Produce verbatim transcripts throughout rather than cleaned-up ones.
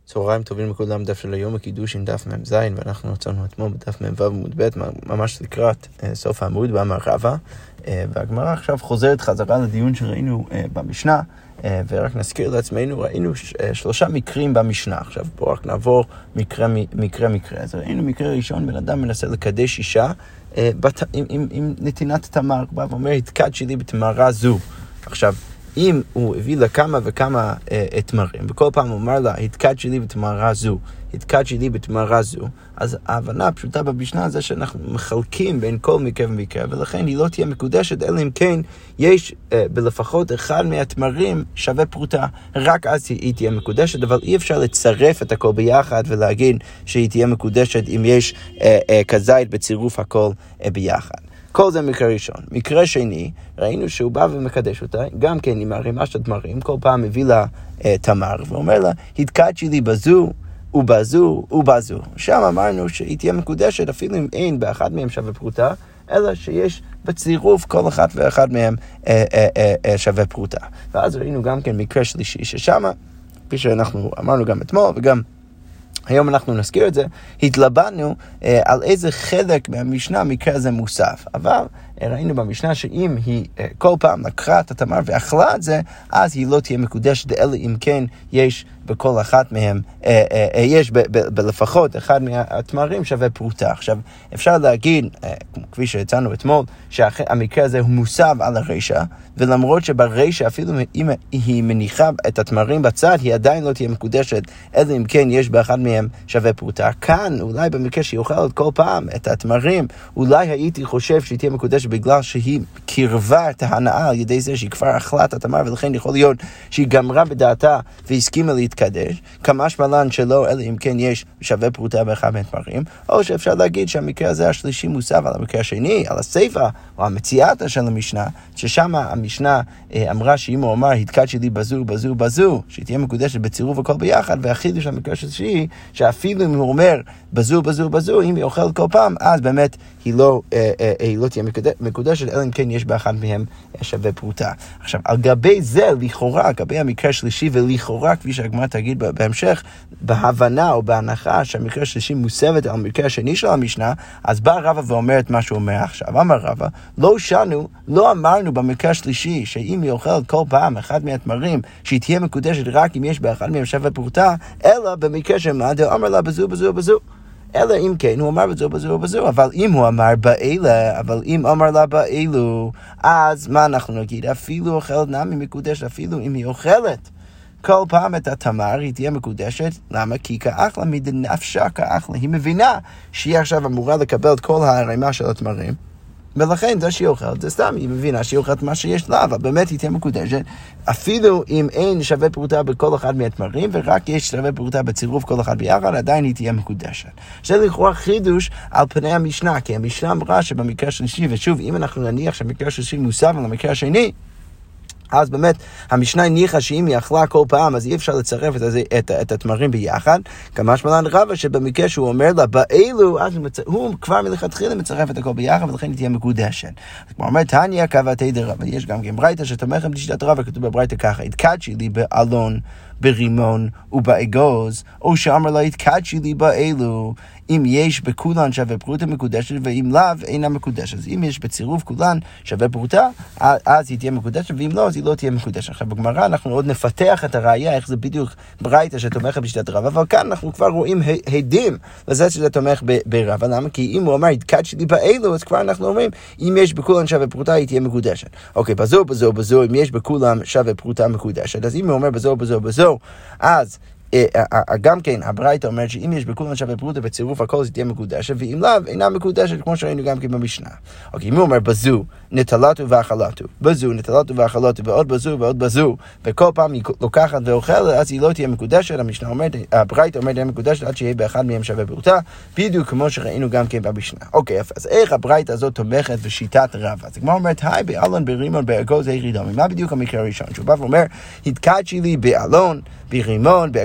צהריים טובים לכולם, דף של היום הקידוש עם דף מ"ז, ואנחנו נוצרנו אתמול בדף מ"ו עמוד ב', ממש לקראת סוף העמוד באמר רבא, והגמרא עכשיו חוזרת חזרה לדיון שראינו במשנה, ורק נזכיר לעצמנו, ראינו שלושה מקרים במשנה. עכשיו בואו רק נעבור מקרה מקרה מקרה. אז ראינו מקרה ראשון, בן אדם מנסה לקדש אישה בת, עם, עם, עם נתינת תמר, בא ואומר, התקדשי לי בתמרה זו. עכשיו, אם הוא הביא לה כמה וכמה אה, תמרים, וכל פעם הוא אומר לה, התקדשי לי בתמרה זו, התקדשי לי בתמרה זו, אז ההבנה הפשוטה במשנה זה שאנחנו מחלקים בין כל מקרה ומקרה, ולכן היא לא תהיה מקודשת, אלא אם כן יש אה, בלפחות אחד מהתמרים שווה פרוטה, רק אז היא תהיה מקודשת, אבל אי אפשר לצרף את הכל ביחד ולהגיד שהיא תהיה מקודשת אם יש אה, אה, כזית בצירוף הכל אה, ביחד. כל זה מקרה ראשון. מקרה שני, ראינו שהוא בא ומקדש אותה, גם כן עם הרימה של תמרים, כל פעם מביא לה אה, תמר, ואומר לה, התקדשי לי בזו, ובזו, ובזו. שם אמרנו שהיא תהיה מקודשת, אפילו אם אין באחד מהם שווה פרוטה, אלא שיש בצירוף כל אחת ואחד מהם אה, אה, אה, אה, שווה פרוטה. ואז ראינו גם כן מקרה שלישי, ששם, כפי שאנחנו אמרנו גם אתמול, וגם היום אנחנו נזכיר את זה, התלבטנו אה, על איזה חלק מהמשנה המקרה הזה מוסף. אבל אה, ראינו במשנה שאם היא אה, כל פעם לקחה את התמר ואכלה את זה, אז היא לא תהיה מקודשת, אלא אם כן יש בכל אחת מהם, אה, אה, אה, יש ב, ב, בלפחות אחד מהתמרים שווה פרוטה. עכשיו, אפשר להגיד, אה, כפי שהצענו אתמול, שהמקרה הזה הוא מוסף על הרשע, ולמרות שברשע אפילו אם היא מניחה את התמרים בצד, היא עדיין לא תהיה מקודשת, אלא אם כן יש באחד מהם שווה פרוטה. כאן, אולי במקרה שהיא אוכלת כל פעם את התמרים, אולי הייתי חושב שהיא תהיה מקודשת בגלל שהיא קרבה את ההנאה על ידי זה שהיא כבר אכלה את התמר, ולכן יכול להיות שהיא גמרה בדעתה והסכימה להתקדש, כמשמע לן שלא, אלא אם כן יש שווה פרוטה באחד מהתמרים, או שאפשר להגיד שהמקרה הזה השלישי מוסף על המקרה השני, על הסייפה, או המציאתה של המשנה, ששם המשנה אמרה שאם הוא אמר, התקדשי לי בזו, בזו, בזו, שהיא תהיה מקודשת בצירוף הכל ביחד, והחידוש המקרה השלישי, שאפילו אם הוא אומר בזו, בזו, בזו, אם היא אוכלת כל פעם, אז באמת היא לא, אה, אה, היא לא תהיה מקודשת, אלא אם כן יש באחד מהם שווה פרוטה. עכשיו, על גבי זה, לכאורה, גבי המקרה השלישי, ולכאורה, כפי שהגמרא תגיד בהמשך, בהבנה או בהנחה שהמקרה השלישי מוסבת על המקרה השני של המשנה, אז בא רבא ואומר את מה שהוא אומר עכשיו. אמר רבא, לא שנו, לא אמרנו במקרה השלישי, שאם היא אוכלת כל פעם אחד מהתמרים, שהיא תהיה מקודשת רק אם יש באחד מהם שווה פרוטה, אלא במקרה שמה, אמר לה בזו, בזו, בזו. אלא אם כן, הוא אמר בזו, בזו, בזו, אבל אם הוא אמר באלה, אבל אם אמר לה באלו, אז מה אנחנו נגיד? אפילו אוכלת נמי מקודשת, אפילו אם היא אוכלת כל פעם את התמר, היא תהיה מקודשת. למה? כי כאחלה מדנפשה כאחלה. היא מבינה שהיא עכשיו אמורה לקבל את כל הרעימה של התמרים, ולכן זה שהיא אוכלת, זה סתם, היא מבינה שהיא אוכלת מה שיש לה, אבל באמת היא תהיה מקודשת, אפילו אם אין שווה פרוטה בכל אחד מהתמרים, ורק יש שווה פרוטה בצירוף כל אחד ביחד, עדיין היא תהיה מקודשת. זה לכאורה חידוש על פני המשנה, כי המשנה אמרה שבמקרה השלישי, ושוב, אם אנחנו נניח שהמקרה השלישי מוסף על המקרה השני, אז באמת המשנה הניחה שאם היא אכלה כל פעם, אז אי אפשר לצרף את, את, את התמרים ביחד. כמשמע לן רבא שבמקרה שהוא אומר לה באלו, אז הוא כבר מלכתחילה מצרף את הכל ביחד, ולכן היא תהיה מקודשת. אז כמו אומר, תניא קבעתי דרבא, יש גם כן ברייתא שתומכת בשיטת רבא, כתוב בברייתא ככה, התקדשי לי באלון, ברימון ובאגוז, או שאמר לה התקדשי לי באלו, אם יש בכולן שווה פרוטה מקודשת, ואם לאו אינה מקודשת. אז אם יש בצירוף כולן שווה פרוטה, אז היא תהיה מקודשת, ואם לא, אז היא לא תהיה מקודשת. עכשיו בגמרא אנחנו עוד נפתח את הראייה, איך זה בדיוק ברייתא שתומכת בשיטת רבא, אבל כאן אנחנו כבר רואים הדים לזה שזה תומך ברבא. למה? כי אם הוא אומר, התקדשי לי באלו, אז כבר אנחנו אומרים, אם יש בכולן שווה פרוטה, היא תהיה מקודשת. אוקיי, בזו, בזו, בזו, אם יש בכולן שווה פרוטה מקודשת, אז אם הוא אומר בזו, בזו, בזו, אז גם כן, הברייתא אומרת שאם יש בכולן שווה פרוטה בצירוף הכל זה תהיה מקודשת, ואם לאו אינה מקודשת, כמו שראינו גם כן במשנה. אוקיי, אם הוא אומר בזו, נטלתו ואכלתו, בזו, נטלתו ואכלתו, ועוד בזו ועוד בזו, וכל פעם היא לוקחת ואוכלת, אז היא לא תהיה מקודשת. המשנה אומרת, הברייתא אומרת תהיה מקודשת עד שיהיה באחד מהם שווה פרוטה, בדיוק כמו שראינו גם כן במשנה. אוקיי, אז איך הברייתא הזאת תומכת בשיטת רבא? אז כמו אומרת, היי, באלון, ברימון, באגוז, הירידום. מה בדיוק המקרה הראשון? שהוא בא ואומר, התקדשי לי באלון, ברימון, באגוז,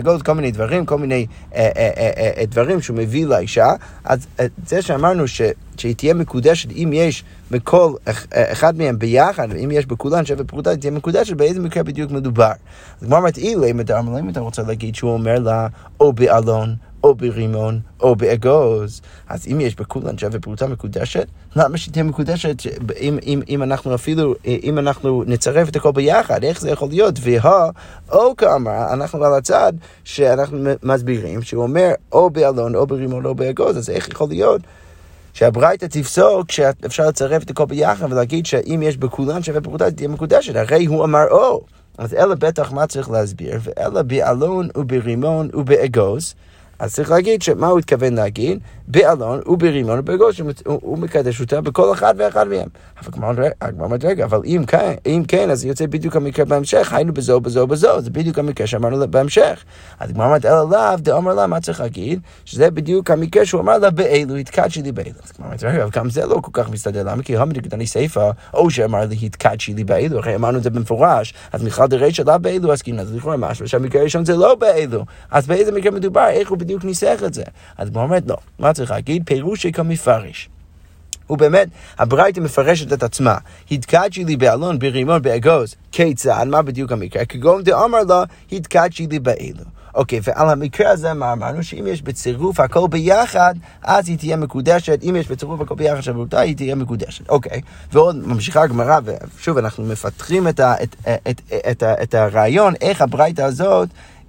באגוז, כל מיני דברים, כל מיני אה, אה, אה, אה, דברים שהוא מביא לאישה, אז אה, זה שאמרנו ש, שהיא תהיה מקודשת, אם יש מכל אחד מהם ביחד, אם יש בכולן שווה פרוטה, היא תהיה מקודשת, באיזה מקרה בדיוק מדובר. אז כמו אמרת, אילי, אם אתה רוצה להגיד שהוא אומר לה, או באלון, או ברימון, או באגוז, אז אם יש בכולן שווה פרוטה מקודשת, למה שתהיה מקודשת, אם, אם, אם אנחנו אפילו, אם אנחנו נצרף את הכל ביחד, איך זה יכול להיות? וה, או כאמר, אנחנו על הצד שאנחנו מסבירים, שהוא אומר, או באלון, או ברימון, או באגוז, אז איך יכול להיות שהברייתא תפסוק שאפשר לצרף את הכל ביחד ולהגיד שאם יש בכולן שווה פרוטה תהיה מקודשת, הרי הוא אמר או. אז אלא בטח מה צריך להסביר, ואלא באלון וברימון ובאגוז, אז צריך להגיד שמה הוא התכוון להגיד, באלון וברימון ובאגוז, שהוא מקדש אותה בכל אחד ואחד מהם. אבל כמו אמרת רגע, אבל אם כן, אם כן, אז יוצא בדיוק המקרה בהמשך, היינו בזו, בזו, בזו, זה בדיוק המקרה שאמרנו בהמשך. אז כמו אמרת, אלא לאו, דאמר לה, מה צריך להגיד? שזה בדיוק המקרה שהוא אמר לה באלו, התקדשי לי באלו. אז כמו אמרת רגע, אבל גם זה לא כל כך מסתדר, למה? כי המדיק דני סייפה, או שאמר לי, התקדשי לי באלו, אחרי אמרנו את זה במפורש, אז מיכל דרי שלה באלו, אז כאילו, אז לכאורה משהו, שהמקרה הראשון זה לא באלו. אז באיזה מקרה מדובר? איך הוא בדיוק ניסח את זה? אז כמו אומרת, לא, מה צריך להגיד? פירושי כמפרש. ובאמת, הברייתא מפרשת את עצמה. התקדשי לי באלון, ברימון, באגוז. כיצד? מה בדיוק המקרה? כגון דאמר לה, התקדשי לי באלו. אוקיי, ועל המקרה הזה מה אמרנו? שאם יש בצירוף הכל ביחד, אז היא תהיה מקודשת. אם יש בצירוף הכל ביחד של פרוטה, היא תהיה מקודשת. אוקיי, ועוד ממשיכה הגמרא, ושוב, אנחנו מפתחים את, ה, את, את, את, את, את הרעיון, איך הברייתא הזאת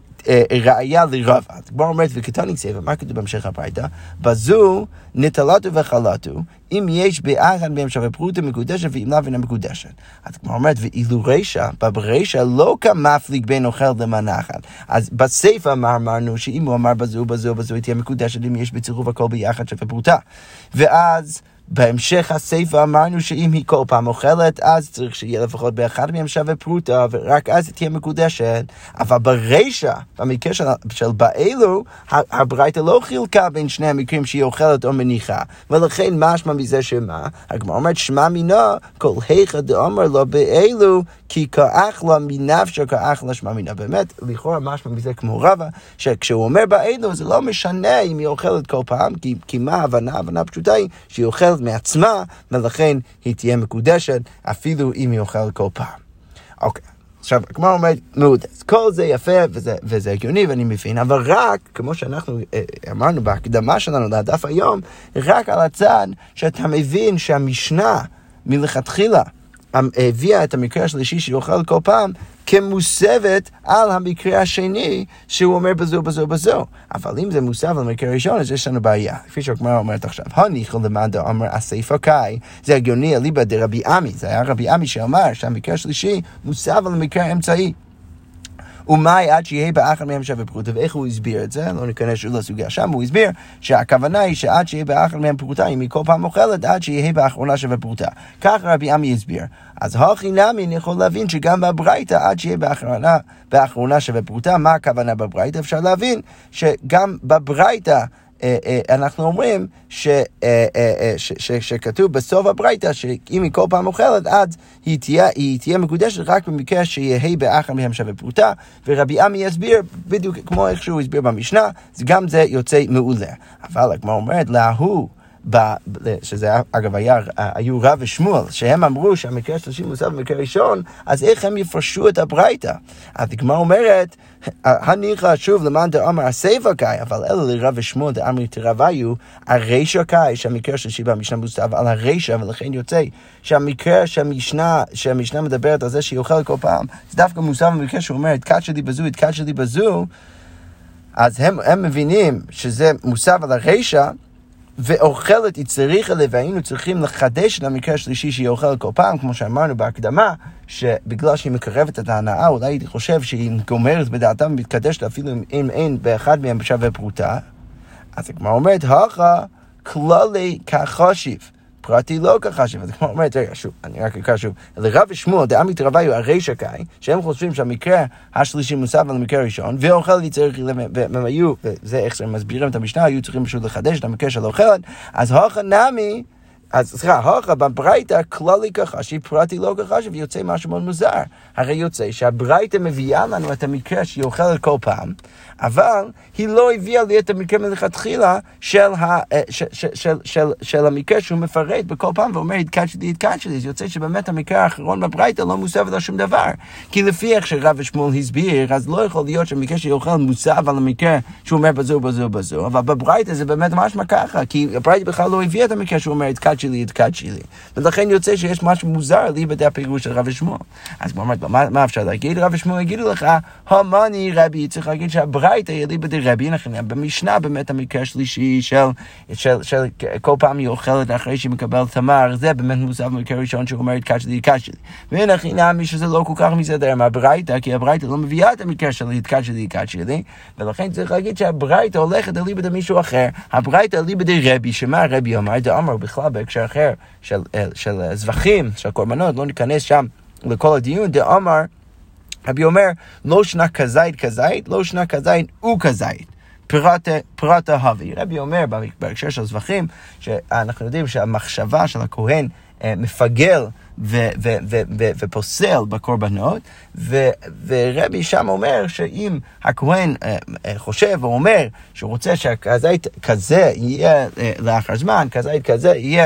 ראיה לרבה. כבר אומרת, וכתני צבע, מה כתוב בהמשך הברייתא? בזו נטלתו וחלתו, אם יש באחד מהם שווה פרוטה מקודשת ואם לאו אינה מקודשת. אז כבר אומרת, ואילו רישא, ברישא לא כמפליג בין אוכל למנחת. אז בסייפה אמרנו שאם הוא אמר בזו, בזו, בזו, היא תהיה מקודשת, אם יש בצירוף הכל ביחד שווה פרוטה. ואז בהמשך הסייפה אמרנו שאם היא כל פעם אוכלת, אז צריך שיהיה לפחות באחד מהם שווה פרוטה, ורק אז היא תהיה מקודשת. אבל ברישא, במקרה של, של באלו, הברייתא לא חילקה בין שני המקרים שהיא אוכלת או מניחה. ולכן משמע מזה שמה? הגמרא אומרת, שמע מינה, כל היכא דאמר לו באלו, כי כאחלה מנפשו כאחלה שמע מינה. באמת, לכאורה משמע מזה כמו רבא, שכשהוא אומר באלו, זה לא משנה אם היא אוכלת כל פעם, כי, כי מה ההבנה? ההבנה פשוטה היא שהיא אוכלת מעצמה, ולכן היא תהיה מקודשת, אפילו אם היא אוכלת כל פעם. אוקיי. עכשיו, כמו אומרת, מאוד, כל זה יפה וזה, וזה הגיוני ואני מבין, אבל רק, כמו שאנחנו אמרנו בהקדמה שלנו לדף היום, רק על הצד שאתה מבין שהמשנה מלכתחילה הביאה את המקרה השלישי שהיא אוכלת כל פעם, כמוסבת על המקרה השני שהוא אומר בזו, בזו, בזו. אבל אם זה מוסב על המקרה הראשון, אז יש לנו בעיה. כפי שהגמרא אומרת עכשיו, הניחא למאן דאמר הסייפא קאי, זה הגיוני אליבא דרבי עמי. זה היה רבי עמי שאמר שהמקרה השלישי מוסב על המקרה האמצעי. ומאי עד שיהיה באחד מהם שווה פרוטה, ואיך הוא הסביר את זה? לא ניכנס שוב לסוגיה שם, הוא הסביר שהכוונה היא שעד שיהיה באחד מהם פרוטה, אם היא כל פעם אוכלת, עד שיהיה באחרונה שווה פרוטה. כך רבי עמי הסביר. אז הכי נמי אני יכול להבין שגם בברייתא, עד שיהיה באחרונה, באחרונה שווה פרוטה, מה הכוונה בברייתא? אפשר להבין שגם בברייתא, אנחנו אומרים ש, ש, ש, שכתוב בסוף הברייתא שאם היא כל פעם אוכלת אז היא תהיה, היא תהיה מקודשת רק במקרה שיהיה באחד מהם שווה פרוטה, ורבי עמי יסביר בדיוק כמו איך שהוא הסביר במשנה, גם זה יוצא מעולה. אבל כמו אומרת להוא, שזה אגב היה, היו רב ושמואל, שהם אמרו שהמקרה השלישי מוסב במקרה ראשון, אז איך הם יפרשו את הברייתא? אז כמו אומרת, הניחא שוב למאן דאמר הסייפא קאי, אבל אלו לרב ושמואל דאמרי תרוויו, הרישא קאי, שהמקרה השלישי במשנה מוסב על הרישא, ולכן יוצא שהמקרה שהמשנה, שהמשנה מדברת על זה שהיא אוכלת כל פעם, זה דווקא מוסב במקרה שהוא אומר, התקדשי לי בזו, התקדשי לי בזו, אז הם, הם מבינים שזה מוסב על הרישא, ואוכלת היא צריכה לה, והיינו צריכים לחדש למקרה השלישי שהיא אוכלת כל פעם, כמו שאמרנו בהקדמה, שבגלל שהיא מקרבת את ההנאה, אולי הייתי חושב שהיא גומרת בדעתה ומתקדשת אפילו אם אין באחד מהם שווה פרוטה. אז כמו אומרת, הכה כללי כחשיב, פרטי לא כחשיב. אז כמו אומרת, רגע, שוב, אני רק אקרא שוב, לרב ושמואל דאמרי תרוויו הרישא קאי, שהם חושבים שהמקרה השלישי מוסב על המקרה הראשון, ואוכלת היא צריך, והם היו, וזה איך שהם מסבירים את המשנה, היו צריכים פשוט לחדש את המקרה של אוכלת, אז הכה נמי, אז סליחה, הוכה בברייתא כללי כחשי, פרטי לא כחשי, ויוצא משהו מאוד מוזר. הרי יוצא שהברייתא מביאה לנו את המקרה שהיא אוכלת כל פעם, אבל היא לא הביאה לי את המקרה מלכתחילה של, ה, של, של, של, של, של המקרה שהוא מפרט בכל פעם ואומר, התקדשי לי, התקדשי לי. זה יוצא שבאמת המקרה האחרון בברייתא לא מוסב על שום דבר. כי לפי איך שרב ושמואל הסביר, אז לא יכול להיות שהמקרה שהיא אוכלת מוסב על המקרה שהוא אומר בזו, בזו, בזו. אבל בברייתא זה באמת משמע ככה, כי הברייתא בכלל לא הביאה את המקרה שהוא אומר, התקדשי לי, התקדשי לי. ולכן יוצא שיש משהו מוזר לי בדי הפירוש של רב ושמואל. אז כמו אומרת, מה, מה אפשר להגיד? רב ושמואל יגידו לך, המאני רבי, צריך להגיד שהברייתא יהיה לי בדי רבי, נכון, במשנה באמת המקרה השלישי של, של, של, של כל פעם היא אוכלת אחרי שהיא מקבלת תמר, זה באמת מוסב במקרה ראשון שהוא אומר, התקדשי לי, התקדשי לי. ונכון, מי שזה לא כל כך מסדר מהברייתא, כי הברייתא לא מביאה את המקרה של התקדשי לי, התקדשי לי, ולכן צריך להגיד שהברייתא הולכת על ליבד מישהו אחר. הברייתא על ליבד רבי, שמה רבי אמר, דאמר בכלל בהקשר אחר של, של זבחים, של קורבנות, לא ניכנס שם לכל הדיון, דאמר, רבי אומר, לא שנה כזית כזית, לא שנה כזית וכזית. פרטה, פרטה הווי. רבי אומר בהקשר של זבחים, שאנחנו יודעים שהמחשבה של הכהן מפגל ו- ו- ו- ו- ופוסל בקורבנות, ו- ורבי שם אומר שאם הכהן חושב או אומר שהוא רוצה שהכזית כזה יהיה לאחר זמן, כזית כזה יהיה,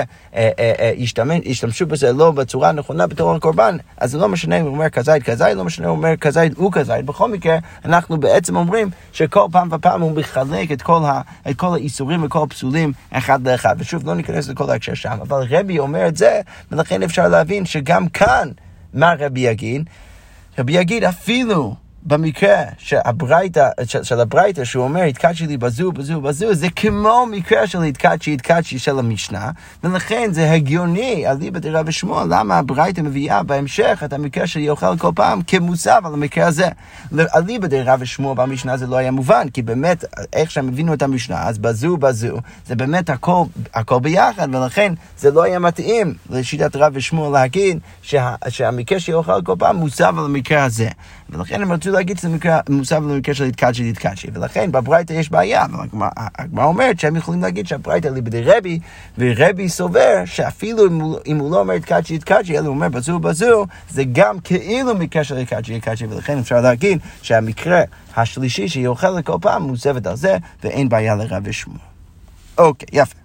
ישתמש, ישתמשו בזה לא בצורה הנכונה בתור הקורבן, אז זה לא משנה אם הוא אומר כזית כזית, לא משנה אם הוא אומר כזית הוא כזית. בכל מקרה, אנחנו בעצם אומרים שכל פעם ופעם הוא מחלק את כל, ה- את כל האיסורים וכל הפסולים אחד לאחד, ושוב לא ניכנס לכל ההקשר שם, אבל רבי אומר את זה, ולכן אפשר להבין שגם כאן, מה רבי יגיד? רבי יגיד אפילו במקרה שהברייתא, של, של הברייתא, שהוא אומר, התקדשי לי בזו, בזו, בזו, זה כמו מקרה של התקדשי, התקדשי של המשנה, ולכן זה הגיוני, על ליבד רב ושמואל, למה הברייתא מביאה בהמשך את המקרה של יאכל כל פעם כמוסב על המקרה הזה. על ליבד רב ושמואל במשנה זה לא היה מובן, כי באמת, איך שהם הבינו את המשנה, אז בזו, בזו, זה באמת הכל, הכל ביחד, ולכן זה לא היה מתאים לשיטת רב ושמואל להגיד שה, שהמקרה שיאכל כל פעם מוסב על המקרה הזה. ולכן הם רצו להגיד שזה מוסב למקרה של התקדשי להתקדשי, ולכן בברייתא יש בעיה, אבל הגמרא אומרת שהם יכולים להגיד שהברייתא ליבדי רבי, ורבי סובר שאפילו אם הוא, אם הוא לא אומר התקדשי להתקדשי, אלא הוא אומר בזו בזו, זה גם כאילו מקרה של התקדשי להתקדשי, ולכן אפשר להגיד שהמקרה השלישי שהיא אוכלת כל פעם מוסבת על זה, ואין בעיה לרב ושמואל. אוקיי, יפה.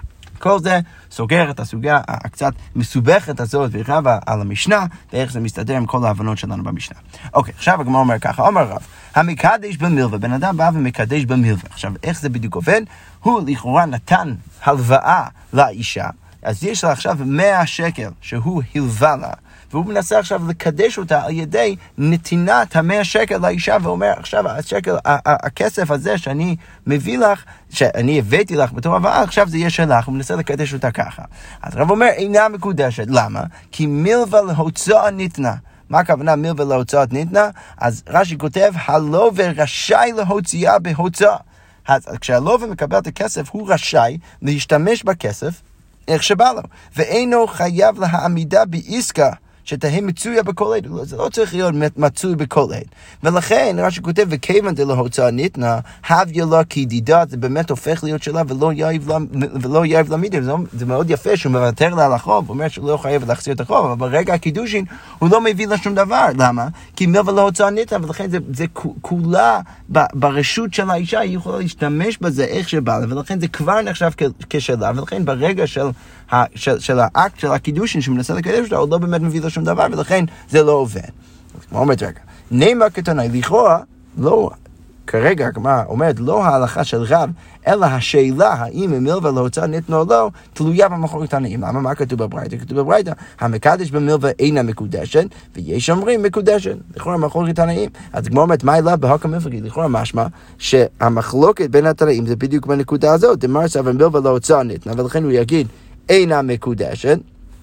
כל זה סוגר את הסוגיה הקצת מסובכת הזאת ורבה על המשנה, ואיך זה מסתדר עם כל ההבנות שלנו במשנה. אוקיי, עכשיו הגמרא אומר ככה, אומר רב, המקדש במלווה, בן אדם בא ומקדש במלווה. עכשיו, איך זה בדיוק עובד? הוא לכאורה נתן הלוואה לאישה, אז יש לה עכשיו מאה שקל שהוא הלווה לה, והוא מנסה עכשיו לקדש אותה על ידי נתינת המאה שקל לאישה, ואומר עכשיו השקל, הכסף הזה שאני מביא לך, שאני הבאתי לך בתור הלוואה, עכשיו זה יהיה שלך, הוא מנסה לקדש אותה ככה. אז הרב אומר, אינה מקודשת. למה? כי מלווה להוצאה ניתנה. מה הכוונה מלווה להוצאה ניתנה? אז רש"י כותב, הלווה רשאי להוציאה בהוצאה. אז כשהלווה מקבל את הכסף, הוא רשאי להשתמש בכסף איך שבא לו, ואינו חייב להעמידה בעסקה שתהיה מצויה בכל עת. זה לא צריך להיות מצוי בכל עת. ולכן, רש"י כותב, וכיוון דלהוצאה ניתנה, הביא לה כידידה, זה באמת הופך להיות שלה, ולא יאיב למידה. זה מאוד יפה שהוא מוותר לה על החוב, הוא אומר שהוא לא חייב להחזיר את החוב, אבל ברגע הקידושין, הוא לא מביא לה שום דבר. למה? כי מלווה להוצאה ניתנה, ולכן זה, זה כולה ברשות של האישה, היא יכולה להשתמש בזה איך שבא לה, ולכן זה כבר נחשב כשלה, ולכן ברגע של, של, של האקט של הקידושין שמנסה לקדש אותה, הוא לא באמת מביא לה שום דבר, ולכן זה לא עובד. כמו אומרת רגע, נאמר כתנאי, לכאורה, לא, כרגע, כמו אומרת, לא ההלכה של רב, אלא השאלה, האם מלווה להוצאה ניתנה או לא, תלויה במחלוקת תנאים. למה? מה כתוב בברייתא? כתוב בברייתא, המקדש במלווה אינה מקודשת, ויש אומרים מקודשת. לכאורה מחלוקת תנאים. אז כמו אומרת, מה אליו בהקם מפלגי? לכאורה משמע שהמחלוקת בין התנאים זה בדיוק בנקודה הזאת, דמר סבא מלווה להוצאה ניתנה, ולכן הוא יגיד, אינה מקודשת,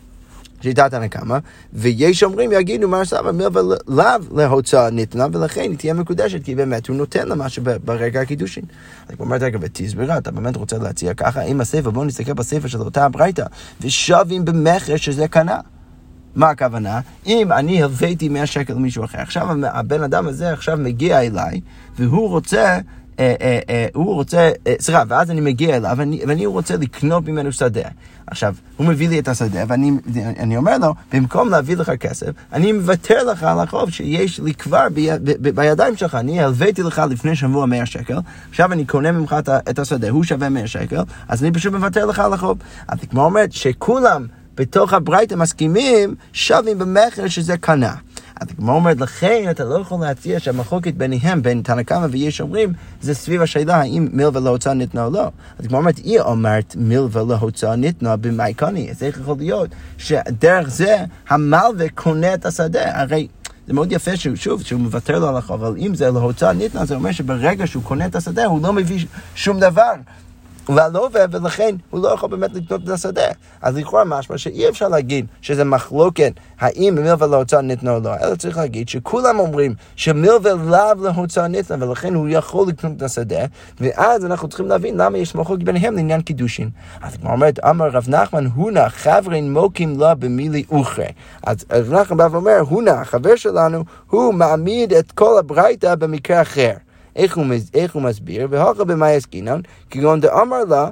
שיטת הנקמה, ויש אומרים יגידו מר סבא מלווה לאו להוצאה ניתנה, ולכן היא תהיה מקודשת, כי באמת הוא נותן לה משהו ברגע הקידושין. אז כמו אומרת רגע, ותסברה, אתה באמת רוצה להציע ככה, אם הספר, בואו נסתכל בספר של אותה הברייתא, ושווים במחר שזה קנה. מה הכוונה? אם אני הלוויתי מאה שקל למישהו אחר, עכשיו הבן אדם הזה עכשיו מגיע אליי, והוא רוצה אה, אה, אה, הוא רוצה, אה, סליחה, ואז אני מגיע אליו, ואני, ואני רוצה לקנות ממנו שדה. עכשיו, הוא מביא לי את השדה, ואני אני אומר לו, במקום להביא לך כסף, אני מוותר לך על החוב שיש לי כבר ב, ב, ב, בידיים שלך. אני הלוויתי לך לפני שבוע מאה שקל, עכשיו אני קונה ממך את, את השדה, הוא שווה מאה שקל, אז אני פשוט מוותר לך על החוב. אז כמו אומרת, שכולם בתוך הברייתא מסכימים, שווים במחיר שזה קנה. אז כמו אומרת, לכן אתה לא יכול להציע שהמחלוקת ביניהם, בין תנא קמא ויש אומרים, זה סביב השאלה האם מלווה להוצאה ניתנה או לא. אז כמו אומרת, היא אומרת מלווה להוצאה ניתנה במאי קני. אז איך יכול להיות שדרך זה המלווה קונה את השדה? הרי זה מאוד יפה שהוא, שוב, שהוא מוותר לו על החוב, אבל אם זה להוצאה ניתנה, זה אומר שברגע שהוא קונה את השדה, הוא לא מביא שום דבר. והלווה, ולכן הוא לא יכול באמת לקנות את השדה. אז לכאורה משמע שאי אפשר להגיד שזה מחלוקת האם מלווה להוצאה ניתנה או לא, אלא צריך להגיד שכולם אומרים שמלווה לאו להוצאה ניתנה, ולכן הוא יכול לקנות את השדה, ואז אנחנו צריכים להבין למה יש מחלוקת ביניהם לעניין קידושין. אז כמו אומרת, אמר רב נחמן, הונה חברין מוקים לה במילי אוכרי. אז רב נחמן בא ואומר, הונה, החבר שלנו, הוא מעמיד את כל הברייתא במקרה אחר. איך הוא, איך הוא מסביר? והכה במה יסקינן, כגון דאמר לה,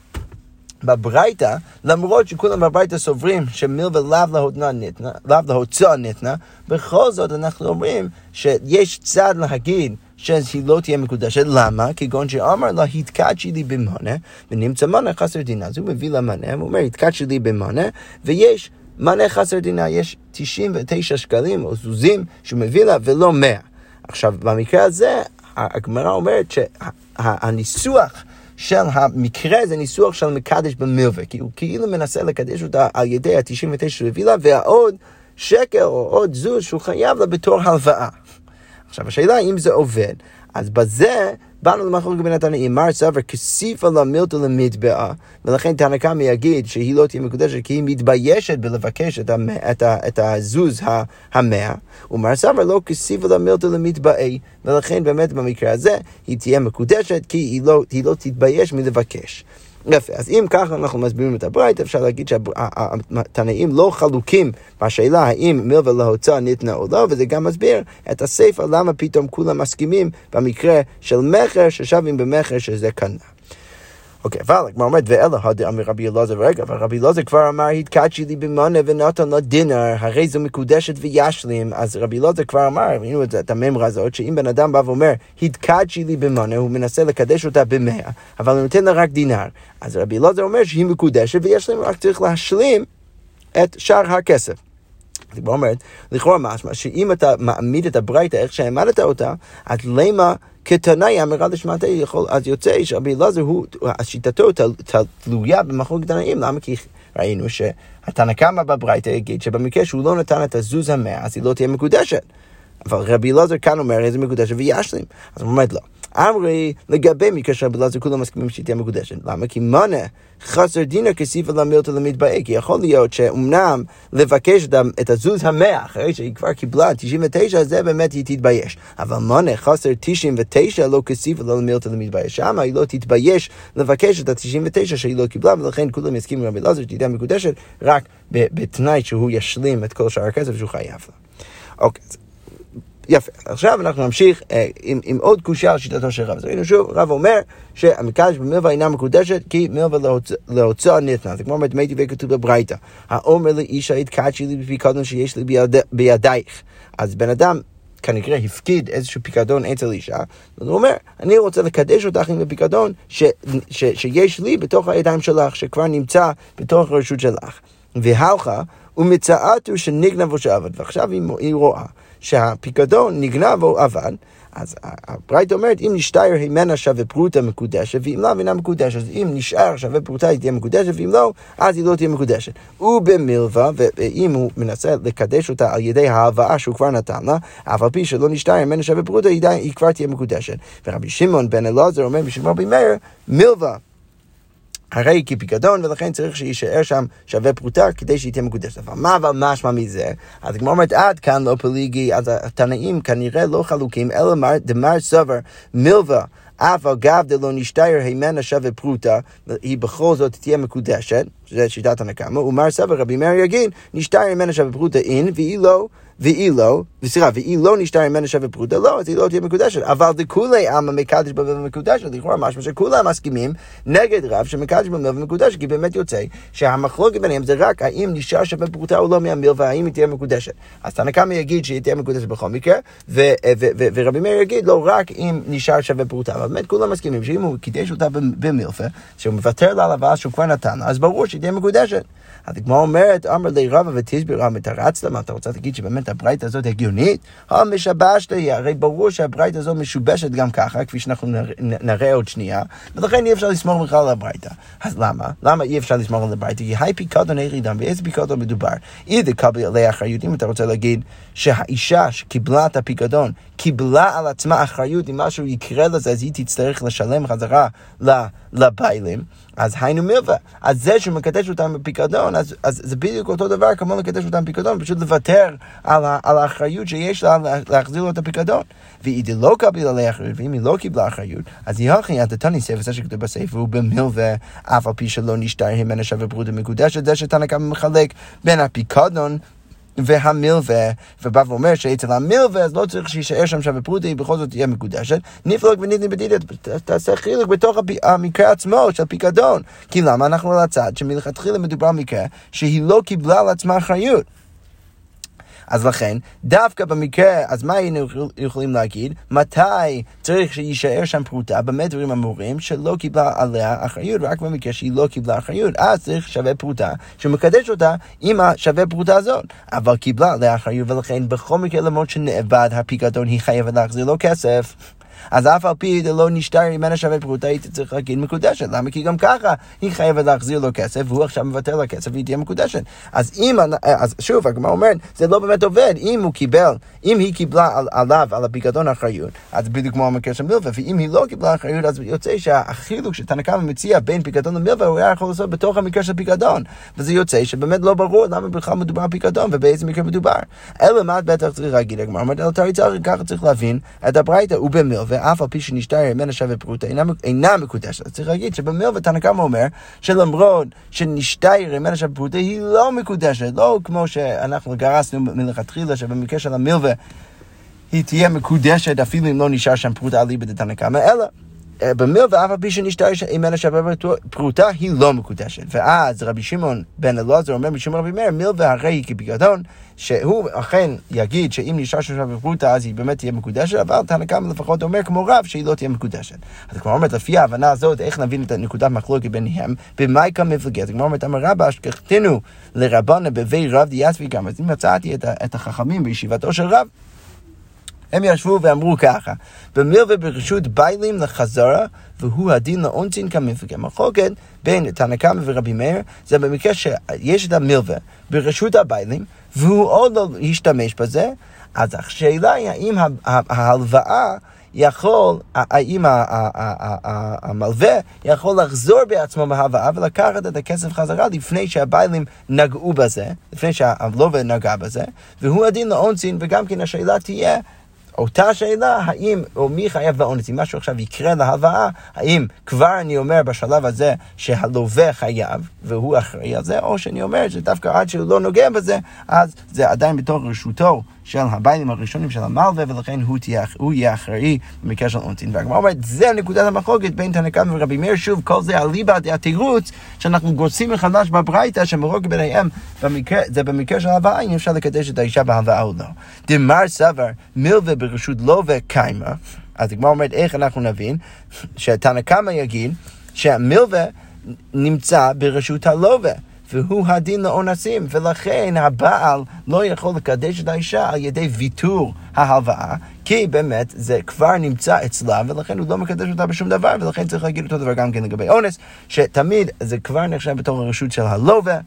בברייתא, למרות שכולם בברייתא סוברים שמלווה לאו להוצאה ניתנה, בכל זאת אנחנו אומרים שיש צד להגיד שהיא לא תהיה מקודשת. למה? כגון שאמר לה, התקדשי לי במונה, ונמצא מונה חסר דינה. אז הוא מביא לה מונה, הוא אומר, התקדשי לי במונה, ויש מונה חסר דינה, יש תשעים ותשעה שקלים או זוזים שהוא מביא לה, ולא מאה. עכשיו, במקרה הזה, הגמרא אומרת שהניסוח של המקרה זה ניסוח של מקדש במלווה, כי הוא כאילו מנסה לקדש אותה על ידי ה-תשעים ותשע שהוא הביא לה, והעוד שקל או עוד זוז שהוא חייב לה בתור הלוואה. עכשיו, השאלה אם זה עובד, אז בזה באנו למחלוקת בין התנאים, מר סבר כסיפה למילתא למטבעה, ולכן תנא קמא יגיד שהיא לא תהיה מקודשת כי היא מתביישת בלבקש את, המ... את, ה... את הזוז המאה, ומר סבר לא כסיפה למילתא למטבעי, ולכן באמת במקרה הזה היא תהיה מקודשת כי היא לא, היא לא תתבייש מלבקש. יפה, אז אם ככה אנחנו מסבירים את הברייתא, אפשר להגיד שהתנאים לא חלוקים בשאלה האם מלווה להוצאה ניתנה או לא, וזה גם מסביר את הספר למה פתאום כולם מסכימים במקרה של מחר ששווים במחר שזה קנה. אוקיי, אבל כמו אומרת, ואלה הדה אמר רבי אלעזר, רגע, אבל רבי אלעזר כבר אמר, התקדשי לי במונה ונתן לו דינר, הרי זו מקודשת וישלים. אז רבי אלעזר כבר אמר, ראינו את, את הממרה הזאת, שאם בן אדם בא ואומר, התקדשי לי במונה, הוא מנסה לקדש אותה במאה, אבל הוא נותן לה רק דינר. אז רבי אלעזר אומר שהיא מקודשת וישלים, רק צריך להשלים את שאר הכסף. אז היא אומרת, לכאורה משמע, שאם אתה מעמיד את הברייתא איך שהעמדת אותה, אז למה כתנאי אמרה לשמעתה יכול, אז יוצא שרבי אלעזר הוא, השיטתו תלויה במחלוקת תנאים. למה? כי ראינו שהתנא קמא בברייתא יגיד שבמקרה שהוא לא נתן את הזוז המאה, אז היא לא תהיה מקודשת. אבל רבי אלעזר כאן אומר איזה מקודשת וישלים. אז הוא אומר לא. אמרי לגבי מקרה שרבי אלעזר כולם מסכימים שהיא תהיה מקודשת. למה? כי מונה חסר דינר כסיפה למילתא למטבעי. כי יכול להיות שאומנם לבקש את הזוז המאה, אחרי שהיא כבר קיבלה תשעים ותשע, זה באמת היא תתבייש. אבל מונה חסר תשעים ותשע לא כסיפה למילתא למטבעי. שמה היא לא תתבייש לבקש את ה-תשעים ותשע שהיא לא קיבלה, ולכן כולם יסכימים רבי אלעזר שהיא תהיה מקודשת, רק בתנאי שהוא ישלים את כל שאר הכסף שהוא חייב לה. אוקיי. יפה, עכשיו אנחנו נמשיך אה, עם, עם עוד קושיה על שיטתו של רב. אז ראינו שוב, רב אומר שהמקדש במלווה אינה מקודשת כי מלווה להוצא, להוצאה ניתנה. זה כמו אומרת, מי טבעי כתוב בברייתא, האומר לאישה התקדשי לי בפיקדון שיש לי ביד, בידייך. אז בן אדם כנראה הפקיד איזשהו פיקדון אצל אישה, אז הוא אומר, אני רוצה לקדש אותך עם הפיקדון ש, ש, שיש לי בתוך הידיים שלך, שכבר נמצא בתוך הרשות שלך. והלכה, ומצאתו שנגנב או שעבד. ועכשיו היא רואה שהפיקדון נגנב או עבד, אז הברייתא אומרת, אם נשתער הימנה שווה פרוטה מקודשת, ואם לא, אינה מקודשת. אז אם נשאר שווה פרוטה, היא תהיה מקודשת, ואם לא, אז היא לא תהיה מקודשת. ובמלווה, ואם הוא מנסה לקדש אותה על ידי ההלוואה שהוא כבר נתן לה, אף על פי שלא נשתער הימנה שווה פרוטה, היא, היא כבר תהיה מקודשת. ורבי שמעון בן אלעזר אומר בשם רבי מאיר, מלווה הרי כפיקדון, ולכן צריך שישאר שם שווה פרוטה כדי שהיא תהיה מקודשת. אבל מה אבל משמע מזה? אז כמו אומרת, עד כאן לא פליגי, אז התנאים כנראה לא חלוקים, אלא דמר סבר מלווה, אף על גב דלא נשתער הימנה שווה פרוטה, היא בכל זאת תהיה מקודשת, שזה שיטת תנא קמא, ומר סבר רבי מאיר יגיד, נשתער הימנה שווה פרוטה אין, והיא לא, ואי לא, וסליחה, ואי לא נשתר ממנה שווה פרוטה, לא, אז היא לא תהיה מקודשת. אבל דכולי עלמא מקדש בה ומקודשת, לכאורה משמע שכולם מסכימים נגד רב שמקדש בה ומקודשת, כי באמת יוצא שהמחלוקת ביניהם זה רק האם נשאר שווה פרוטה או לא מהמילווה, והאם היא תהיה מקודשת. אז תנא קמא יגיד שהיא תהיה מקודשת בכל מקרה, ורבי מאיר יגיד לא רק אם נשאר שווה פרוטה, אבל באמת כולם מסכימים שאם הוא קידש אותה במילווה, שהוא מוותר לה לבעל שהוא כבר נתן, אז ברור שהיא תהיה מקודשת. אז כמו אומרת, אמר לי רבא ותסביר רבא מתרץ למה, אתה רוצה להגיד שבאמת הברייתא הזאת הגיונית? המשבשת היא, הרי ברור שהברייתא הזאת משובשת גם ככה, כפי שאנחנו נראה עוד שנייה, ולכן אי אפשר לסמוך בכלל על הברייתא. אז למה? למה אי אפשר לסמוך על הברייתא? כי היי פיקדון היחידם, ואיזה פיקדון מדובר? אי דקבל עליה אחריות, אם אתה רוצה להגיד שהאישה שקיבלה את הפיקדון, קיבלה על עצמה אחריות, אם משהו יקרה לזה, אז היא תצטרך לשלם חזרה לבעלים, אז היינו מילווה. אז זה שמקדש אותם בפיקדון, אז, אז זה בדיוק אותו דבר כמו לקדש אותם בפיקדון, פשוט לוותר על, ה, על האחריות שיש לה להחזיר לו את הפיקדון. והיא לא קבלה עליה אחריות, ואם היא לא קיבלה אחריות, אז היא הכי, אתה תני ספר, זה שכתוב בספר, הוא במילווה, אף על פי שלא נשתר ממנה שווה פרוטה מקודשת, זה שתנא קמא מחלק בין הפיקדון והמילווה, ובא ואומר שאצל המילווה אז לא צריך שישאר שם שווה פרוטה, היא בכל זאת תהיה מקודשת. נפלוג וניתני בדידה, תעשה חילוק בתוך המקרה עצמו של פיקדון. כי למה אנחנו על הצד שמלכתחילה מדובר מקרה שהיא לא קיבלה על עצמה אחריות. אז לכן, דווקא במקרה, אז מה היינו יכולים להגיד? מתי צריך שישאר שם פרוטה? באמת דברים אמורים שלא קיבלה עליה אחריות, רק במקרה שהיא לא קיבלה אחריות, אז צריך שווה פרוטה, שמקדש אותה עם השווה פרוטה הזאת. אבל קיבלה עליה אחריות, ולכן בכל מקרה למרות שנאבד הפיקדון, היא חייבת להחזיר לו כסף. אז אף על פי לא נשתר ממנה שווה פרוטה, היא צריך להגיד מקודשת. למה? כי גם ככה היא חייבת להחזיר לו כסף, והוא עכשיו מוותר לו כסף והיא תהיה מקודשת. אז אם, אז שוב, הגמרא אומרת, זה לא באמת עובד. אם הוא קיבל, אם היא קיבלה על, עליו, על הפיקדון האחריות, אז בדיוק כמו המקרה של מילווה, ואם היא לא קיבלה אחריות, אז יוצא שהחילוק שתנא קמא מציע בין פיקדון למילווה, הוא היה יכול לעשות בתוך המקרה של פיקדון. וזה יוצא שבאמת לא ברור למה בכלל מדובר על פיקדון, ובאיזה מקרה מדובר. אלא מה בטח צריך להגיד, הגמרא אומרת, ככה צריך להבין את הברייתא, ובמילווה ואף על פי שנשתר ממנה שווה פרוטה אינה, אינה מקודשת. צריך להגיד שבמילווה תנא קמא אומר שלמרות שנשתר ממנה שווה פרוטה היא לא מקודשת, לא כמו שאנחנו גרסנו מלכתחילה שבמקרה של המילווה היא תהיה מקודשת אפילו אם לא נשאר שם פרוטה אליבא דתנא קמא, אלא במילווה אף על פי שנשתר ממנה שווה פרוטה היא לא מקודשת. ואז רבי שמעון בן אלעזר אומר משום רבי מאיר, מילווה הרי היא כפיקדון, שהוא אכן יגיד שאם נשאר שם בפרוטה אז היא באמת תהיה מקודשת, אבל תנא קמא לפחות אומר כמו רב שהיא לא תהיה מקודשת. אז כמו אומרת, לפי ההבנה הזאת, איך נבין את נקודת מחלוקת ביניהם, במאי קמא מפלגת. כמו אומרת, אמר רבא, אשכחתנו לרבנא בבי רב דיאספי גם. אז אם מצאתי את, את החכמים בישיבתו של רב, הם ישבו ואמרו ככה, במילווה ברשות ביילים לחזרה, והוא הדין לאונצין כמפלגה. מחלוקת בין תנא קמא ורבי מאיר, זה במקרה שיש את המילווה ברשות הביילים, והוא עוד לא השתמש בזה, אז השאלה היא האם ההלוואה יכול, האם המלווה יכול לחזור בעצמו בהלוואה ולקחת את הכסף חזרה לפני שהביילים נגעו בזה, לפני שהלווה נגע בזה, והוא הדין לאונצין, וגם כן השאלה תהיה, אותה שאלה, האם, או מי חייב באונס, אם משהו עכשיו יקרה להלוואה, האם כבר אני אומר בשלב הזה שהלווה חייב, והוא אחראי על זה, או שאני אומר שדווקא עד שהוא לא נוגע בזה, אז זה עדיין בתוך רשותו של הביילים הראשונים של המלווה, ולכן הוא, תהיה, הוא יהיה אחראי במקרה של אונסין. והגמרא אומרת, זה נקודת המחלוקת בין תנא קמא ורבי מאיר. שוב, כל זה אליבא דתירוץ, שאנחנו גורסים מחדש בברייתא, שמחלוקת ביניהם, במקרה, זה במקרה של הלוואה, אם אפשר לקדש את האישה בהלוואה או לא. דמר סבר, מילווה ברשות לווה קיימה. אז הגמרא אומרת, איך אנחנו נבין, שתנא קמא יגיד, שהמילווה נמצא ברשות הלווה. והוא הדין לאונסים, ולכן הבעל לא יכול לקדש את האישה על ידי ויתור ההלוואה, כי באמת זה כבר נמצא אצלה, ולכן הוא לא מקדש אותה בשום דבר, ולכן צריך להגיד אותו דבר גם כן לגבי אונס, שתמיד זה כבר נחשב בתור הרשות של הלווה,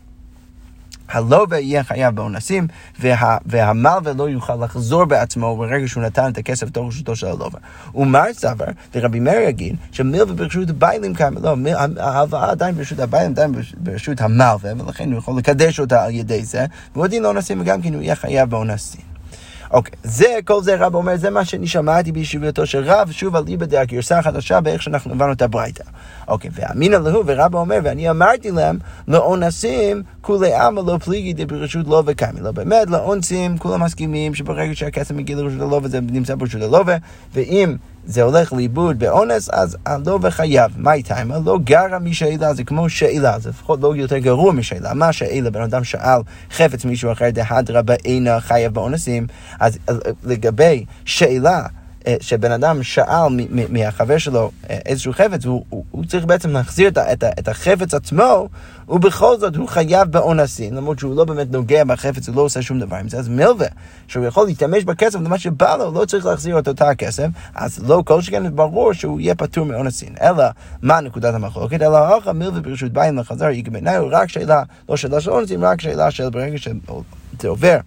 הלווה יהיה חייב באונסים, וה, והמלווה לא יוכל לחזור בעצמו ברגע שהוא נתן את הכסף בתור רשותו של הלווה. ומר סבר, ורבי מאיר יגיד, שמילווה ברשות הביילים כמה, לא, ההלוואה עדיין ברשות הביילים, עדיין ברשות המלווה, ולכן הוא יכול לקדש אותה על ידי זה, והוא דין לאונסים, וגם כן הוא יהיה חייב באונסים. אוקיי, זה, כל זה רב אומר, זה מה שאני שמעתי בישיבתו של רב, שוב על ליבא דה הגרסה החדשה, באיך שאנחנו הבנו את הברייתא. אוקיי, ואמינא להו, ורב אומר, ואני אמרתי להם, לא אונסים, כולי עלמא לא פליגי דה ברשות לא וקיימי. לא באמת, לא אונסים, כולם מסכימים שברגע שהכסף מגיע לרשות הלווה, זה נמצא ברשות הלווה, ואם זה הולך לאיבוד באונס, אז הלווה חייב. מה איתה? אם לא גרה משאלה, זה כמו שאלה, זה לפחות לא יותר גרוע משאלה. מה שאלה? בן אדם שאל חפץ מישהו אחר, דהדרא באינה חייב באונסים, אז לגבי שאלה, שבן אדם שאל מהחבר שלו איזשהו חפץ, הוא, הוא, הוא צריך בעצם להחזיר את, את, את החפץ עצמו, ובכל זאת הוא חייב באונסים, למרות שהוא לא באמת נוגע בחפץ, הוא לא עושה שום דבר עם זה. אז מלווה, שהוא יכול להתאמש בכסף למה שבא לו, לא צריך להחזיר את אותה הכסף, אז לא כל שכן ברור שהוא יהיה פטור מאונסים. אלא, מה נקודת המחלוקת? אלא האחר מלווה ברשות בית לחזר, יגמנהו רק שאלה, לא שאלה של אונסים, רק שאלה של ברגע שזה עובר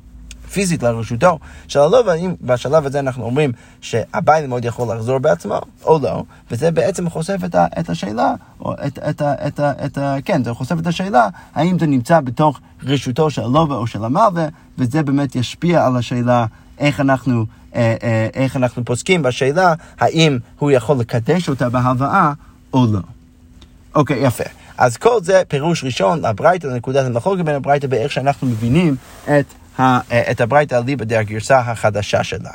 פיזית לרשותו של הלווה, בשלב הזה אנחנו אומרים שהבעל מאוד יכול לחזור בעצמו או לא, וזה בעצם חושף את, ה, את השאלה, או את, את, את, את, את, כן, זה חושף את השאלה, האם זה נמצא בתוך רשותו של הלווה או של המלווה, וזה באמת ישפיע על השאלה איך אנחנו, איך אנחנו פוסקים בשאלה, האם הוא יכול לקדש אותה בהלוואה או לא. אוקיי, יפה. אז כל זה פירוש ראשון לברייתא, לנקודת המחלוקת בין הברייתא באיך שאנחנו מבינים את את הברייתא על ליבא דה הגרסה החדשה שלנו.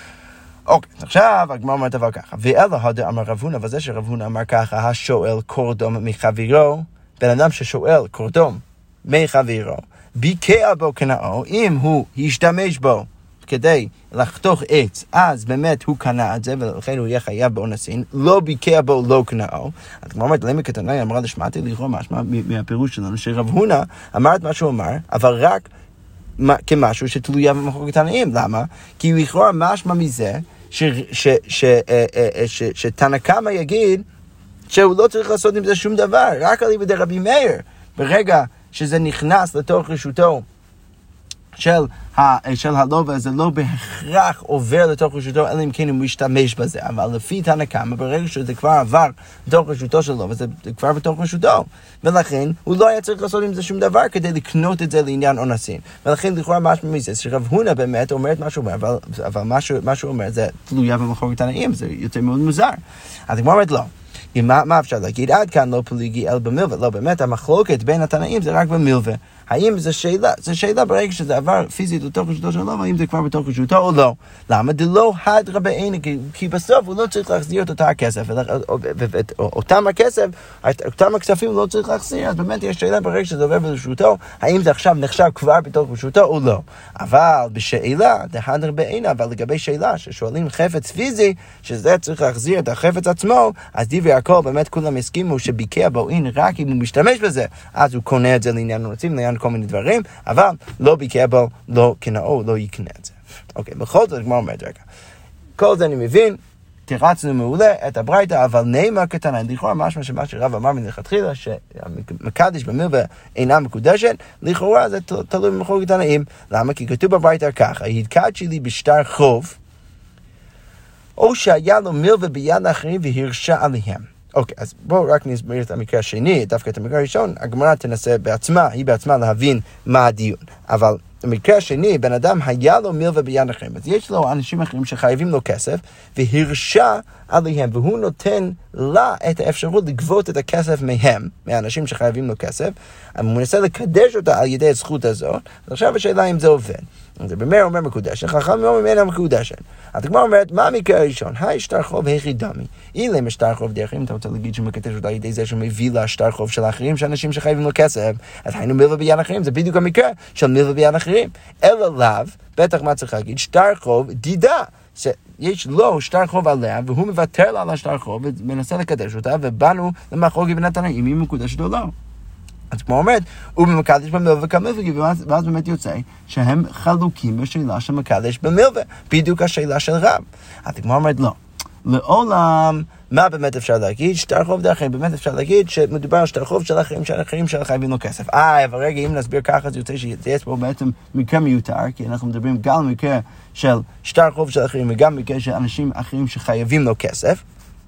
אוקיי, עכשיו הגמרא אומרת דבר ככה, ואלא הודה אמר רב הונא, וזה שרב הונא אמר ככה, השואל קורדום מחברו, בן אדם ששואל קורדום מחברו, ביקע בו קנאו, אם הוא ישתמש בו כדי לחתוך עץ, אז באמת הוא קנה את זה, ולכן הוא יהיה חייב באונסין, לא ביקע בו לא קנאו. אז כמו אומרת, למה קטנה אמרה לשמעתי לכאורה משמע מהפירוש שלנו, שרב הונא אמר את מה שהוא אמר, אבל רק כמשהו שתלויה במחלוקת תנאים. למה? כי הוא לכאורה משמע מזה שתנא קמא יגיד שהוא לא צריך לעשות עם זה שום דבר, רק על ליבא דרבי מאיר. ברגע שזה נכנס לתוך רשותו של של הלווה, זה לא בהכרח עובר לתוך רשותו, אלא אם כן הוא משתמש בזה. אבל לפי תנא קמא, ברגע שזה כבר עבר לתוך רשותו של הלווה, זה כבר בתוך רשותו. ולכן הוא לא היה צריך לעשות עם זה שום דבר כדי לקנות את זה לעניין אונסין. ולכן לכאורה משהו מזה, שרב הונא באמת אומר את מה שהוא אומר, אבל, אבל מה שהוא אומר זה תלויה במחלוקת תנאים, זה יותר מאוד מוזר. אז כמו אומרת לא. מה, מה אפשר להגיד? עד כאן לא פליגי אל במלווה. לא, באמת, המחלוקת בין התנאים זה רק במלווה. האם זה שאלה? זה שאלה ברגע שזה עבר פיזית לתוך רשותו של הלווה, האם זה כבר בתוך רשותו או לא? למה? דלא הדרא בעינא, כי בסוף הוא לא צריך להחזיר את אותה הכסף, ואת אותם הכסף, אותם הכספים הוא לא צריך להחזיר, אז באמת יש שאלה ברגע שזה עובר ברשותו, האם זה עכשיו נחשב כבר בתוך רשותו או לא? אבל בשאלה, דהדרא בעינא, אבל לגבי שאלה ששואלים חפץ פיזי, שזה צריך להחזיר את החפץ עצמו, אז דברי הכל באמת כולם הסכימו שביקע בו אין רק אם הוא משתמש בזה, אז הוא קונה את זה לעניין רוצים, לעניין כל מיני דברים, אבל לא ביקע בו, לא קנאו, לא יקנה את זה. אוקיי, בכל זאת, כמו אומרת, רגע. כל זה אני מבין, תרצנו מעולה את הברייתא, אבל נאמר קטנה, לכאורה משמע שמה שרב אמר מלכתחילה, שהמקדש במלווה אינה מקודשת, לכאורה זה תלוי במחלוקת תנאים. למה? כי כתוב בברייתא ככה, התקדשי לי בשטר חוב, או שהיה לו מלווה ביד האחרים והרשה עליהם. אוקיי, אז בואו רק נסביר את המקרה השני, דווקא את המקרה הראשון, הגמרא תנסה בעצמה, היא בעצמה להבין מה הדיון. אבל במקרה השני, בן אדם היה לו מלווה ביד אחרים, אז יש לו אנשים אחרים שחייבים לו כסף, והרשה עליהם, והוא נותן לה את האפשרות לגבות את הכסף מהם, מהאנשים שחייבים לו כסף, הוא מנסה לקדש אותה על ידי הזכות הזאת, עכשיו השאלה אם זה עובד. זה במאיר אומר מקודשת, חכם אומר ממנה מקודשת. אז הגמרא אומרת, מה המקרה הראשון? היי, שטר חוב הכי דמי. אילם שטר חוב דרך, אם אתה רוצה להגיד שהוא מקדש אותה על ידי זה שהוא מביא לה שטר חוב של האחרים, שאנשים שחייבים לו כסף, אז היינו מלווה ביד אחרים, זה בדיוק המקרה של מלווה ביד אחרים. אלא לאו, בטח מה צריך להגיד, שטר חוב דידה. שיש לו שטר חוב עליה, והוא מוותר לה על השטר חוב, ומנסה לקדש אותה, ובאנו למחלוקת בין התנאים, אם היא מקודשת או לא. אז כמו אומרת, הוא במקדש במלווה וכמלווה, ואז באמת יוצא שהם חלוקים בשאלה של מקדש במלווה, בדיוק השאלה של רב. אז כמו אומרת, לא. לעולם, מה באמת אפשר להגיד? שטר חוב דאחרים, באמת אפשר להגיד שמדובר על שטר חוב של אחרים, של אחרים של חייבים לו כסף. אה, אבל רגע, אם נסביר ככה, זה יוצא שיש פה בעצם מקרה מיותר, כי אנחנו מדברים גם על מקרה של שטר חוב של אחרים, וגם מקרה של אנשים אחרים שחייבים לו כסף.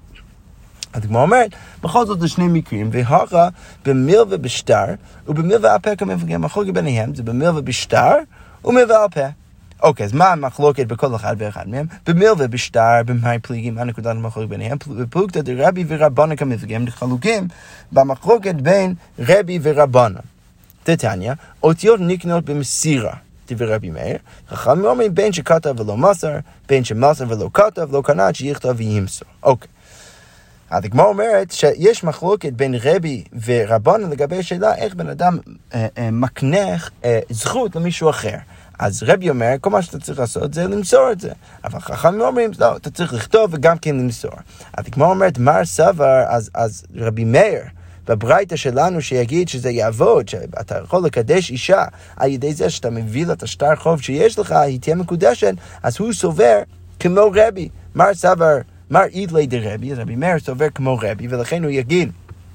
אז כמו אומרת, בכל זאת זה שני מקרים, והרה במלווה בשטר, ובמלווה על פה כמפגע, מחלוקת ביניהם, זה במלווה בשטר ומלווה על פה. אוקיי, אז מה המחלוקת בכל אחד ואחד מהם? במיל ובשטר, במאי פליגים, מה נקודת המחלוקת ביניהם? בפלוגתא דרבי ורבנן כמפלגים חלוקים במחלוקת בין רבי ורבנן. תתניא, אותיות נקנות במסירה, דברי רבי מאיר, חכמים אומרים בין שכתב ולא מסר, בין שמסר ולא כתב, לא קנה שיכתב וימסור. אוקיי. אז הגמרא אומרת שיש מחלוקת בין רבי ורבנן לגבי השאלה איך בן אדם אה, אה, מקנח אה, זכות למישהו אחר. אז רבי אומר, כל מה שאתה צריך לעשות זה למסור את זה. אבל חכמים אומרים, לא, אתה צריך לכתוב וגם כן למסור. אז הגמרא אומרת, מר סבר, אז, אז רבי מאיר, בברייתא שלנו שיגיד שזה יעבוד, שאתה יכול לקדש אישה על ידי זה שאתה מביא לה את השטר חוב שיש לך, היא תהיה מקודשת, אז הוא סובר כמו רבי. מר סבר, מר אידלי דרבי, אז רבי מאיר סובר כמו רבי, ולכן הוא יגיד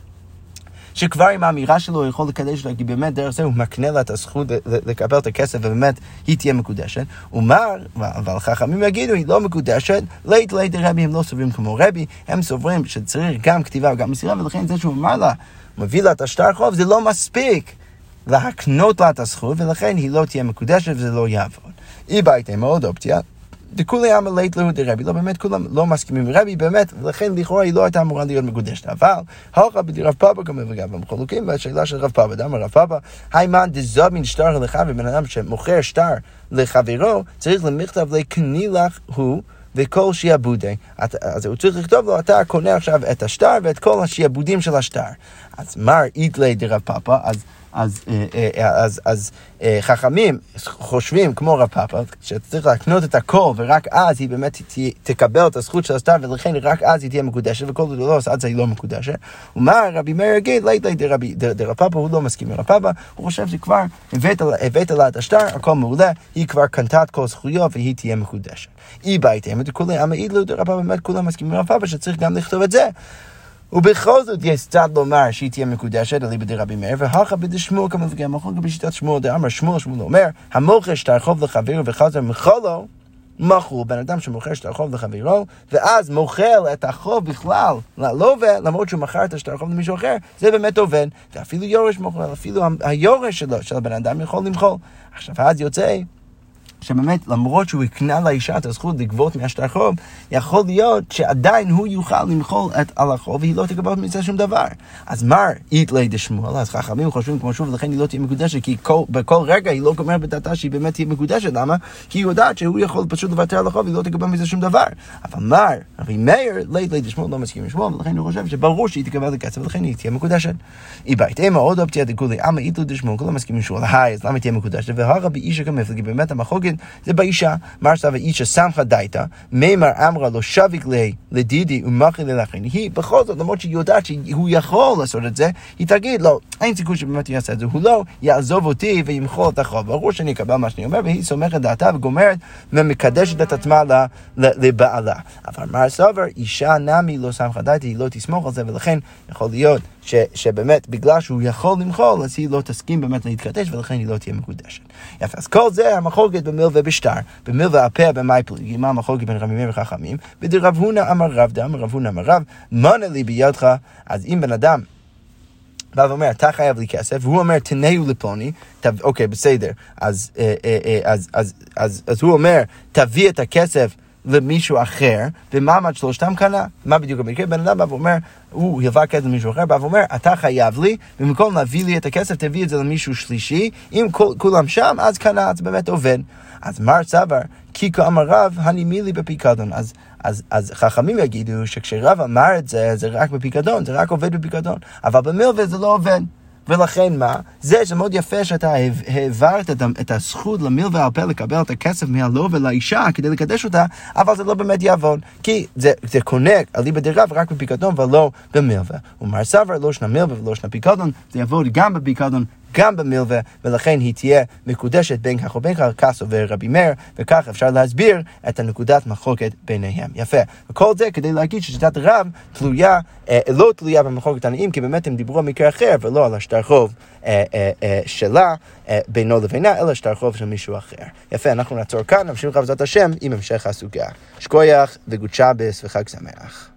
שכבר עם האמירה שלו הוא יכול לקדש לה, כי באמת דרך זה הוא מקנה לה את הזכות לקבל את הכסף, ובאמת היא תהיה מקודשת. ומר, אבל חכמים יגידו, היא לא מקודשת, לית לית דרבי, הם לא סוברים כמו רבי, הם סוברים שצריך גם כתיבה וגם מסירה, ולכן זה שהוא אמר לה, מביא לה את השטר חוב, זה לא מספיק להקנות לה את הזכות, ולכן היא לא תהיה מקודשת וזה לא יעבוד. היא ביתה מאוד אופציה, דכולי עמא לית לו דרבי, לא באמת כולם לא מסכימים עם רבי, באמת, ולכן לכאורה היא לא הייתה אמורה להיות מקודשת. אבל, הלכה בדרב פאבא גם וגם במחלוקים, והשאלה של רב פאבא, דאמר רב פאבא, היימן דזמין שטר לחבר, בן אדם שמוכר שטר לחברו, צריך למכתב לקני לך הוא, וכל שיעבודי. אז הוא צריך לכתוב לו, אתה קונה עכשיו את השטר ואת כל השיעבודים של השטר. אז מר איתלי דרב פאבא, אז אז, אז, אז חכמים חושבים כמו רב פאפא, שצריך לקנות את הכל, ורק אז היא באמת תקבל את הזכות של השטר, ולכן רק אז היא תהיה מקודשת, וכל זה לא עושה, אז היא לא מקודשת. ומה רבי מאיר יגיד, לית לית דרב פאפא, הוא לא מסכים עם רב פאפא, הוא חושב שכבר הבאת לה את השטר, הכל מעולה, היא כבר קנתה את כל זכויות, והיא תהיה מקודשת. היא ביתם, וכולי, המעיד לו דרב פאפא, באמת כולם מסכימים עם רב פאפא, שצריך גם לכתוב את זה. ובכל זאת יש צד לומר שהיא תהיה מקודשת, אליבא דרבי מאיר, והלכה בדשמואל כמפלגים, הלכה בשיטת שמואל, דאמר שמואל, שמואל אומר, המוכר שטר חוב לחברו וחזר מחולו, מכור, בן אדם שמוכר שטר חוב לחברו, ואז מוכר את החוב בכלל ללווה, למרות שהוא מכר את השטר חוב למישהו אחר, זה באמת עובד, ואפילו יורש מוכר, אפילו היורש שלו, של הבן אדם יכול למחול. עכשיו, אז יוצא שבאמת, למרות שהוא יקנה לאישה את הזכות לגבות מהשטר חוב, יכול להיות שעדיין הוא יוכל למחול את על החוב, והיא לא תקבל מזה שום דבר. אז מר איתלי דשמואל, אז חכמים חושבים כמו שוב, ולכן היא לא תהיה מקודשת, כי כל, בכל רגע היא לא גומרת בדעתה שהיא באמת תהיה מקודשת. למה? כי היא יודעת שהוא יכול פשוט לוותר על החוב, והיא לא תקבל מזה שום דבר. אבל מר, רבי מאיר, איתלי דשמואל לא מסכים עם שמואל, ולכן הוא חושב שברור שהיא תקבל את הכסף, ולכן היא תהיה מקודשת. היא בית, אימה עוד אופציה דכולי, אמה איתלי דשמואל, כולם מסכימים עם שמואל, היי, אז למה תהיה מקודשת? והרבי אישה כמפלגי, באמת המחלוקת זה באישה, מר סבא אישה סמכה דייתה, מימר אמרה לא שביק לי לדידי ומחי ללכין. היא בכל זאת, למרות שהיא יודעת שהוא יכול לעשות את זה, היא תגיד, לא, אין סיכוי שבאמת יעשה את זה, הוא לא יעזוב אותי וימחול את החוב. ברור שאני אקבל מה שאני אומר, והיא סומכת דעתה וגומרת ומקדשת את עצמה לבעלה. אבל מר סבא, אישה נמי לא סמכה דייתה, היא לא תסמוך על זה, ולכן יכול להיות ש, שבאמת בגלל שהוא יכול למחול, אז היא לא תסכים באמת להתקדש, ולכן היא לא תהיה מקודשת. יפה, אז כל זה המחלוקת במיל ובשטר, במיל והפה במאי פליגים, מה המחלוקת בין רבי מאיר וחכמים, ודרב הונא אמר רב, דאמר רב הונא אמר רב, מנה לי בידך. אז אם בן אדם בא ואומר, אתה חייב לי כסף, והוא אומר, תנאו לפלוני, אוקיי, בסדר, אז, אז, אז, אז, אז, אז הוא אומר, תביא את הכסף למישהו אחר, במעמד שלושתם קנה. מה בדיוק המקרה? בן אדם בא ואומר, הוא הלווה כסף למישהו אחר, בא ואומר, אתה חייב לי, במקום להביא לי את הכסף, תביא את זה למישהו שלישי, אם כולם שם, אז קנה, אז באמת עובד. אז מר סבר, כי כאמר רב, הנימי לי בפיקדון. אז, אז, אז חכמים יגידו שכשרב אמר את זה, זה רק בפיקדון, זה רק עובד בפיקדון, אבל במילווה זה לא עובד. ולכן מה? זה שמאוד יפה שאתה העברת את הזכות למילווה על פה לקבל את הכסף מהלווה לאישה כדי לקדש אותה, אבל זה לא באמת יעבוד, כי זה, זה קונה אליבא דרב רק בפיקדון ולא במילווה. ומר סבר, לא שנה מילווה ולא שנה פיקדון, זה יעבוד גם בפיקדון גם במילווה, ולכן היא תהיה מקודשת בין כך ובין כך, כך סובר רבי מאיר, וכך אפשר להסביר את הנקודת מחלוקת ביניהם. יפה. וכל זה כדי להגיד ששיטת רב תלויה, אה, לא תלויה במחלוקת תנאים, כי באמת הם דיברו על מקרה אחר, ולא על השטר חוב אה, אה, אה, שלה, אה, בינו לבינה, אלא שטר חוב של מישהו אחר. יפה, אנחנו נעצור כאן, נמשיך בעזרת השם עם המשך הסוגיה. שקוייך וגוד שבס וחג שמח.